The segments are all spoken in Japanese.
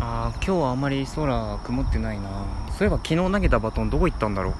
今日はあんまり空曇ってないな。そういえば昨日投げたバトンどこ行ったんだろう。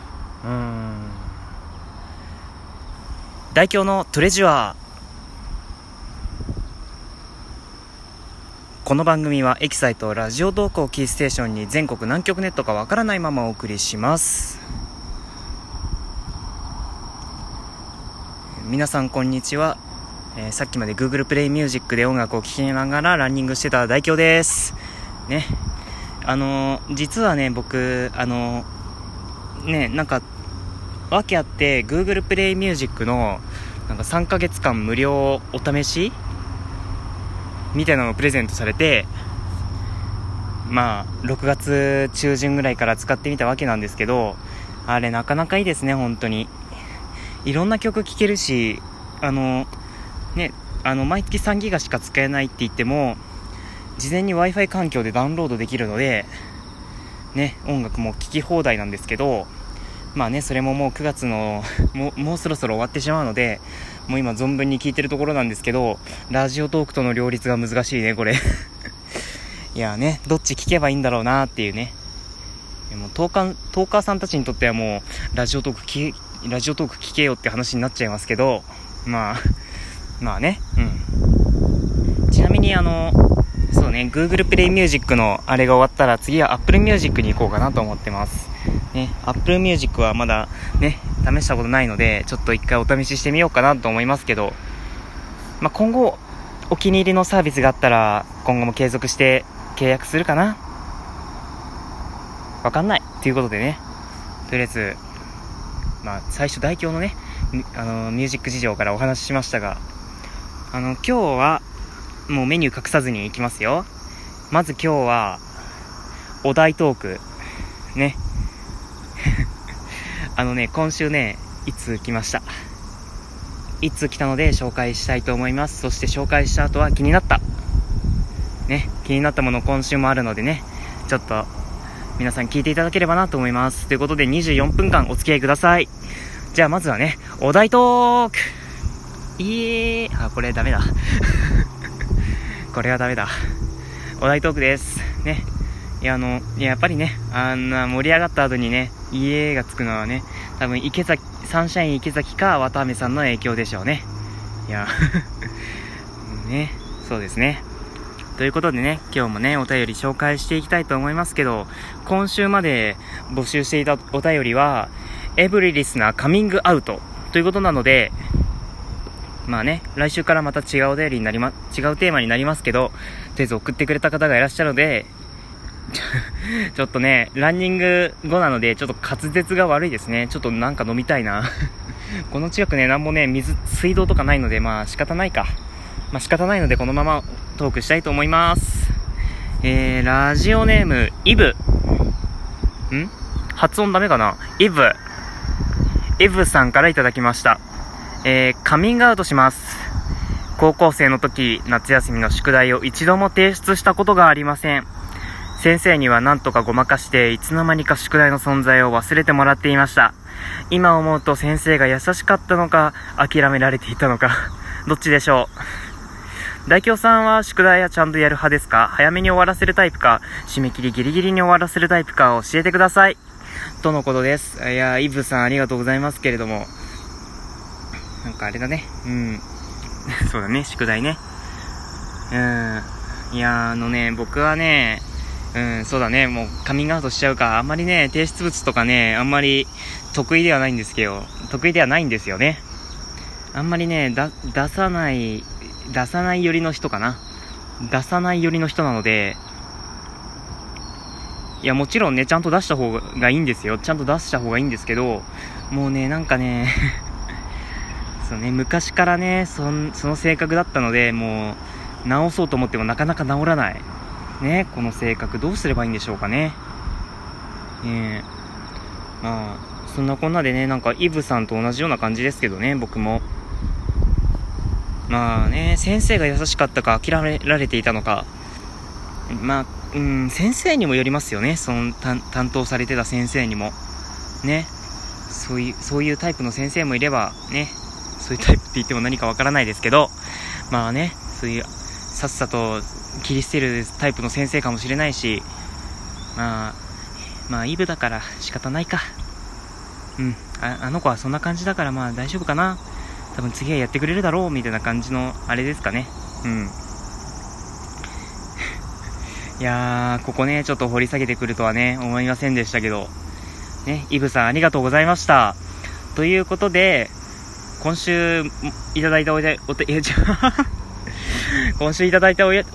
大京のトレジュアー。この番組はエキサイトラジオ投稿キーステーションに全国何局ネットかわからないままお送りします。皆さんこんにちは。さっきまで Google プレイミュージックで音楽を聴きながらランニングしてた大京ですね。実はね僕なんか訳あって Google プレイミュージックのなんか3ヶ月間無料お試しみたいなのをプレゼントされて、6月中旬ぐらいから使ってみたわけなんですけど、あれなかなかいいですね。本当にいろんな曲聴けるし、毎月3ギガしか使えないって言っても事前に Wi-Fi 環境でダウンロードできるのでね、音楽も聴き放題なんですけど、それももう9月のもうそろそろ終わってしまうので、もう今存分に聴いてるところなんですけど、ラジオトークとの両立が難しいねこれいやね、どっち聴けばいいんだろうなっていうね。もうトーカーさんたちにとってはもうラジオトーク聴けよって話になっちゃいますけど、ちなみにGoogle プレイミュージックのあれが終わったら次は Apple Music に行こうかなと思ってますね。 Apple Music はまだね試したことないので、ちょっと一回お試ししてみようかなと思いますけど、今後お気に入りのサービスがあったら今後も継続して契約するかな、わかんないということでね、とりあえず最初大京のねミュージック事情からお話ししましたが、今日はもうメニュー隠さずにいきますよ。まず今日はお題トークね今週ね一通来ました。一通来たので紹介したいと思います。そして紹介した後は気になったもの今週もあるのでね、ちょっと皆さん聞いていただければなと思います。ということで24分間お付き合いください。じゃあまずはね、お題トーク。これダメだこれはダメだ。お題トークですね。やっぱりね、あんな盛り上がった後にねがつくのはね、多分サンシャイン池崎か綿飴さんの影響でしょうね。ね、そうですね。ということでね、今日もねお便り紹介していきたいと思いますけど、今週まで募集していたお便りはエブリリスナーカミングアウトということなので、来週からまた違うお便りに違うテーマになりますけど、とりあえず送ってくれた方がいらっしゃるのでちょっとねランニング後なのでちょっと滑舌が悪いですね。ちょっとなんか飲みたいなこの近くねなんもね水道とかないので仕方ないか。仕方ないのでこのままトークしたいと思います。ラジオネームイブ発音ダメかな。イブさんからいただきました。カミングアウトします。高校生の時、夏休みの宿題を一度も提出したことがありません。先生には何とかごまかしていつの間にか宿題の存在を忘れてもらっていました。今思うと先生が優しかったのか諦められていたのかどっちでしょう。大京さんは宿題はちゃんとやる派ですか？早めに終わらせるタイプか、締め切りギリギリに終わらせるタイプか教えてくださいとのことです。イブさんありがとうございますけれども、なんかあれだねそうだね、宿題ね。僕はねそうだね、もうカミングアウトしちゃうか。あんまりね提出物とかねあんまり得意ではないんですよね。あんまりね出さない寄りの人かな。出さない寄りの人なので、もちろんねちゃんと出した方がいいんですよ。ちゃんと出した方がいいんですけど、もうねそうね、昔からねその性格だったので、もう直そうと思ってもなかなか直らないね。この性格どうすればいいんでしょうかね。そんなこんなでね、なんかイブさんと同じような感じですけどね、僕も先生が優しかったか諦められていたのか、先生にもよりますよね。その担当されてた先生にもね、そういうタイプの先生もいればね、そういうタイプって言っても何かわからないですけど、そういうさっさと切り捨てるタイプの先生かもしれないし、まあイブだから仕方ないか。あの子はそんな感じだから、まあ大丈夫かな。多分次はやってくれるだろうみたいな感じのあれですかね。いやー、ここねちょっと掘り下げてくるとはね思いませんでしたけどね。イブさんありがとうございました。ということで、今週いただいた今週いただいたや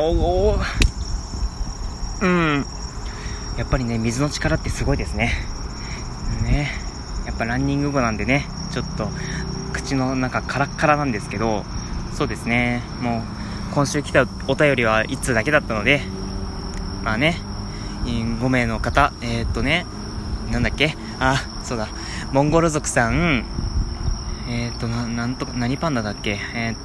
っぱりね、水の力ってすごいですね。やっぱランニング後なんでね、ちょっと口の中カラッカラなんですけど、そうですね、もう今週来たお便りは1通だけだったので、まあね、5名の方、なんだっけ、そうだ、モンゴル族さん、何パンダだっけ、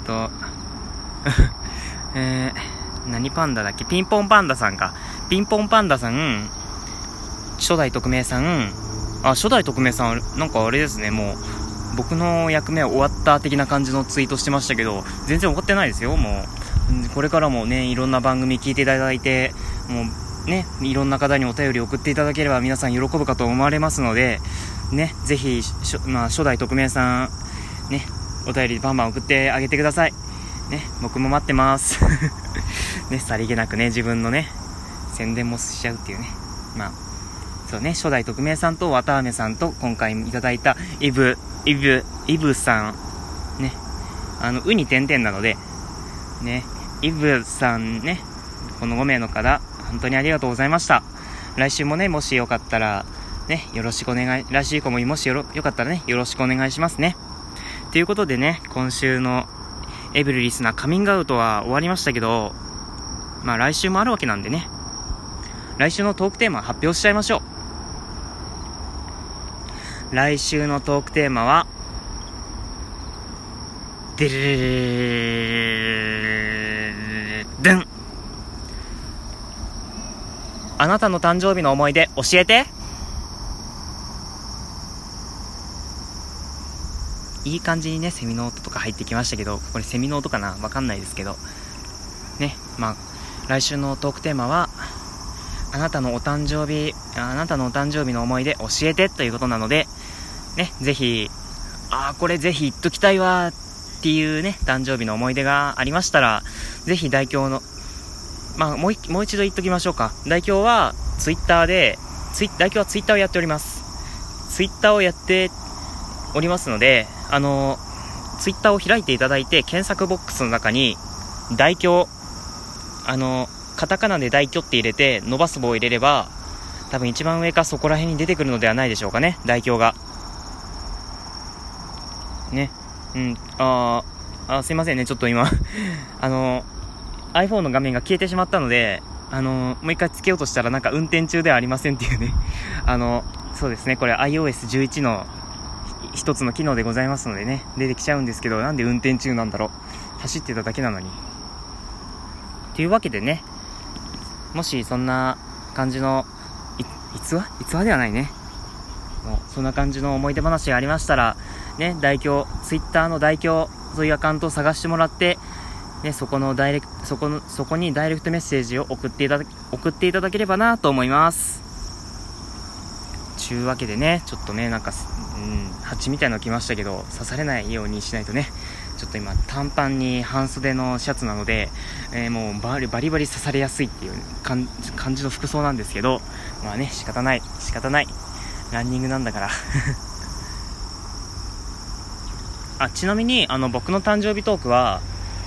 何パンダだっけ、ピンポンパンダさんか、ピンポンパンダさん、初代特命さん、初代特命さん、なんかあれですね、もう僕の役目終わった的な感じのツイートしてましたけど、全然終わってないですよ。もうこれからもね、いろんな番組聞いていただいて、もうね、いろんな方にお便り送っていただければ皆さん喜ぶかと思われますのでね、ぜひ初代特命さんね、お便りバンバン送ってあげてくださいね。僕も待ってますね、さりげなくね、自分のね宣伝もしちゃうっていうね。そうね、初代特命さんと綿あめさんと今回いただいたイブさんね、ウに点々なのでね、イブさんね、この5名の方本当にありがとうございました。来週もね、もしよかったらね、よろしくお願い、来週以降ももしよかったらね、よろしくお願いしますね。ということでね、今週のエブリリスナーカミングアウトは終わりましたけど、来週もあるわけなんでね、来週のトークテーマ発表しちゃいましょう。来週のトークテーマはででん、あなたの誕生日の思い出教えて。いい感じにね、セミの音とか入ってきましたけど、これセミの音かな、わかんないですけどね。来週のトークテーマはあなたのお誕生日の思い出教えてということなのでね、ぜひこれぜひ言っときたいわっていうね、誕生日の思い出がありましたら、ぜひ代表のもう一度言っときましょうか。代表はツイッターをやっております。ツイッターをやっておりますので、ツイッターを開いていただいて、検索ボックスの中に代表、カタカナで代表って入れて伸ばす棒を入れれば、多分一番上かそこら辺に出てくるのではないでしょうかね、代表がね。すいませんね、ちょっと今iPhone の画面が消えてしまったので、もう一回つけようとしたらなんか運転中ではありませんっていうねそうですね、これ iOS11 の一つの機能でございますのでね、出てきちゃうんですけど、なんで運転中なんだろう、走ってただけなのに。というわけでね、もしそんな感じの逸話ではないね、もうそんな感じの思い出話がありましたらね、代表、ツイッターの代表、そういうアカウントを探してもらってね、そこにダイレクトメッセージを送っていただければなと思います。ちゅうわけでね、ちょっとね、なんか蜂みたいなの来ましたけど、刺されないようにしないとね。ちょっと今短パンに半袖のシャツなので、もうバリバリ刺されやすいっていう感じの服装なんですけど、仕方ないランニングなんだからちなみに僕の誕生日トークは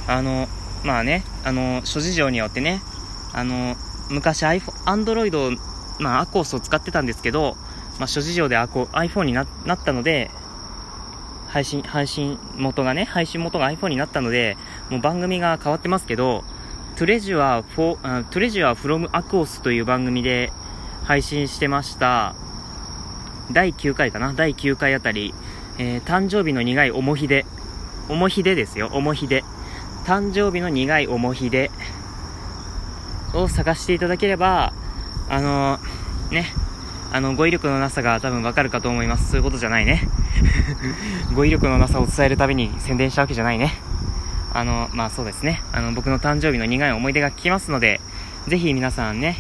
諸事情によってね、昔Android、アコースを使ってたんですけど、諸事情でiPhone になったので、配信元が iPhone になったので、もう番組が変わってますけど、Treasure from Aquos という番組で配信してました。第9回かな、第9回あたり、誕生日の苦いおもひでですよ、おもひで、誕生日の苦いおもひでを探していただければ、語彙力のなさが多分わかるかと思います。そういうことじゃないね語彙力のなさを伝えるたびに宣伝したわけじゃないね。 そうですね、僕の誕生日の苦い思い出が聞きますので、ぜひ皆さんね、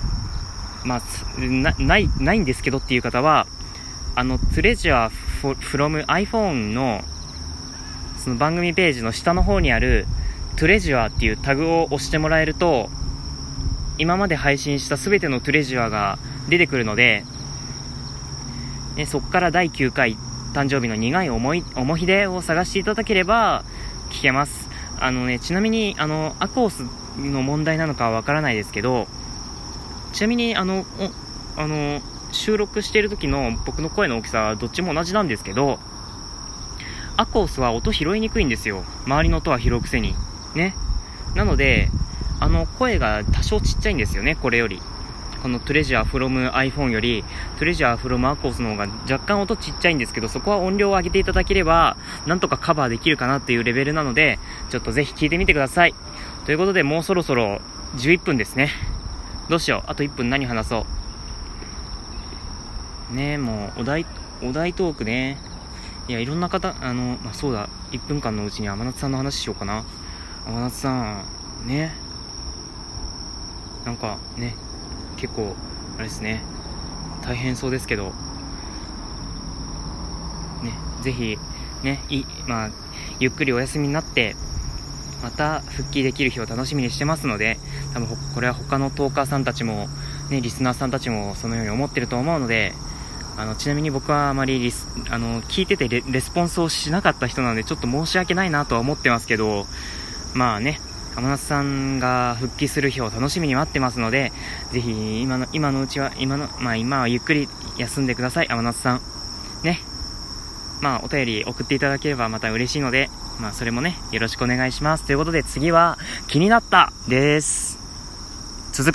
ないんですけどっていう方は、Treasure from iPhone のその番組ページの下の方にある Treasure っていうタグを押してもらえると、今まで配信したすべての Treasure が出てくるので、そこから第9回誕生日の苦い思い出を探していただければ聞けます。ちなみにアコースの問題なのかはわからないですけど、ちなみに収録している時の僕の声の大きさはどっちも同じなんですけど、アコースは音拾いにくいんですよ。周りの音は拾うくせにね。なので声が多少ちっちゃいんですよね。これよりこの Treasure from iPhone より Treasure from Aquos の方が若干音ちっちゃいんですけど、そこは音量を上げていただければなんとかカバーできるかなっていうレベルなので、ちょっとぜひ聞いてみてください。ということで、もうそろそろ11分ですね。どうしよう、あと1分何話そうね。もうお題トークね。いや、いろんな方そうだ、1分間のうちに天夏さんの話しようかな。天夏さんね、なんかね、結構あれですね、大変そうですけどね、ぜひね、ゆっくりお休みになってまた復帰できる日を楽しみにしてますので、多分これは他のトーカーさんたちもね、リスナーさんたちもそのように思ってると思うので、ちなみに僕はあまり聞いててレスポンスをしなかった人なのでちょっと申し訳ないなとは思ってますけど、天夏さんが復帰する日を楽しみに待ってますので、ぜひ今のうちは今はゆっくり休んでください。天夏さんね、お便り送っていただければまた嬉しいので、それもねよろしくお願いします。ということで、次は気になったです。